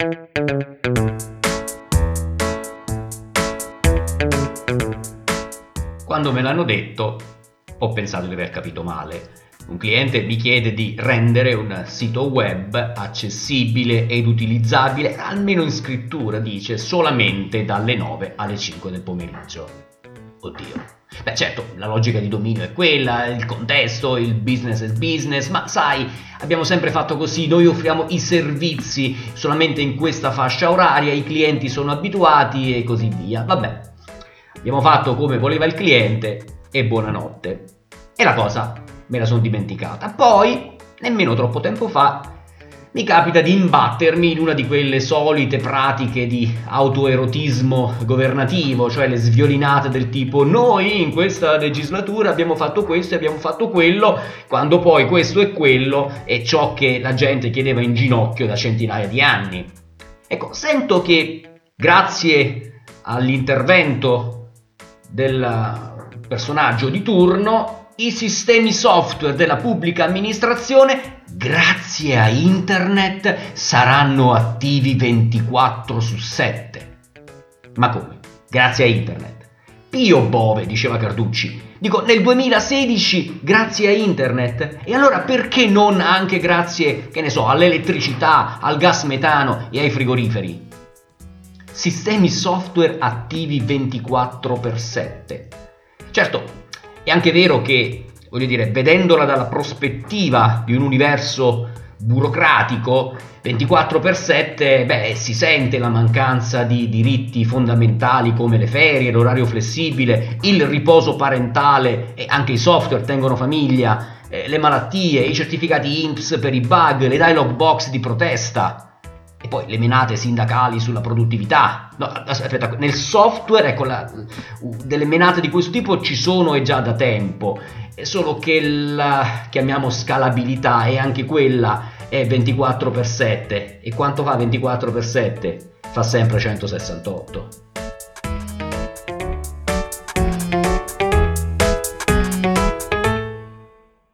Quando me l'hanno detto, ho pensato di aver capito male. Un cliente mi chiede di rendere un sito web accessibile ed utilizzabile, almeno in scrittura, dice, solamente dalle 9 alle 5 del pomeriggio. Oddio. Beh, certo, la logica di dominio è quella, il contesto, il business is business, ma sai, abbiamo sempre fatto così, noi offriamo i servizi solamente in questa fascia oraria, i clienti sono abituati e così via. Vabbè, abbiamo fatto come voleva il cliente e buonanotte. E la cosa me la sono dimenticata. Poi, nemmeno troppo tempo fa, mi capita di imbattermi in una di quelle solite pratiche di autoerotismo governativo, cioè le sviolinate del tipo noi in questa legislatura abbiamo fatto questo e abbiamo fatto quello, quando poi questo e quello è ciò che la gente chiedeva in ginocchio da centinaia di anni. Ecco, sento che grazie all'intervento del personaggio di turno i sistemi software della pubblica amministrazione, grazie a internet, saranno attivi 24/7. Ma come? Grazie a internet? Pio Bove, diceva Carducci. Dico, nel 2016 grazie a internet? E allora perché non anche grazie, che ne so, all'elettricità, al gas metano e ai frigoriferi? Sistemi software attivi 24/7. Certo, è anche vero che, voglio dire, vedendola dalla prospettiva di un universo burocratico, 24/7, si sente la mancanza di diritti fondamentali come le ferie, l'orario flessibile, il riposo parentale, e anche i software tengono famiglia, le malattie, i certificati INPS per i bug, le dialog box di protesta. E poi le menate sindacali sulla produttività. No, aspetta, nel software, ecco, delle menate di questo tipo ci sono e già da tempo, è solo che la chiamiamo scalabilità e anche quella è 24/7. E quanto fa 24/7? Fa sempre 168.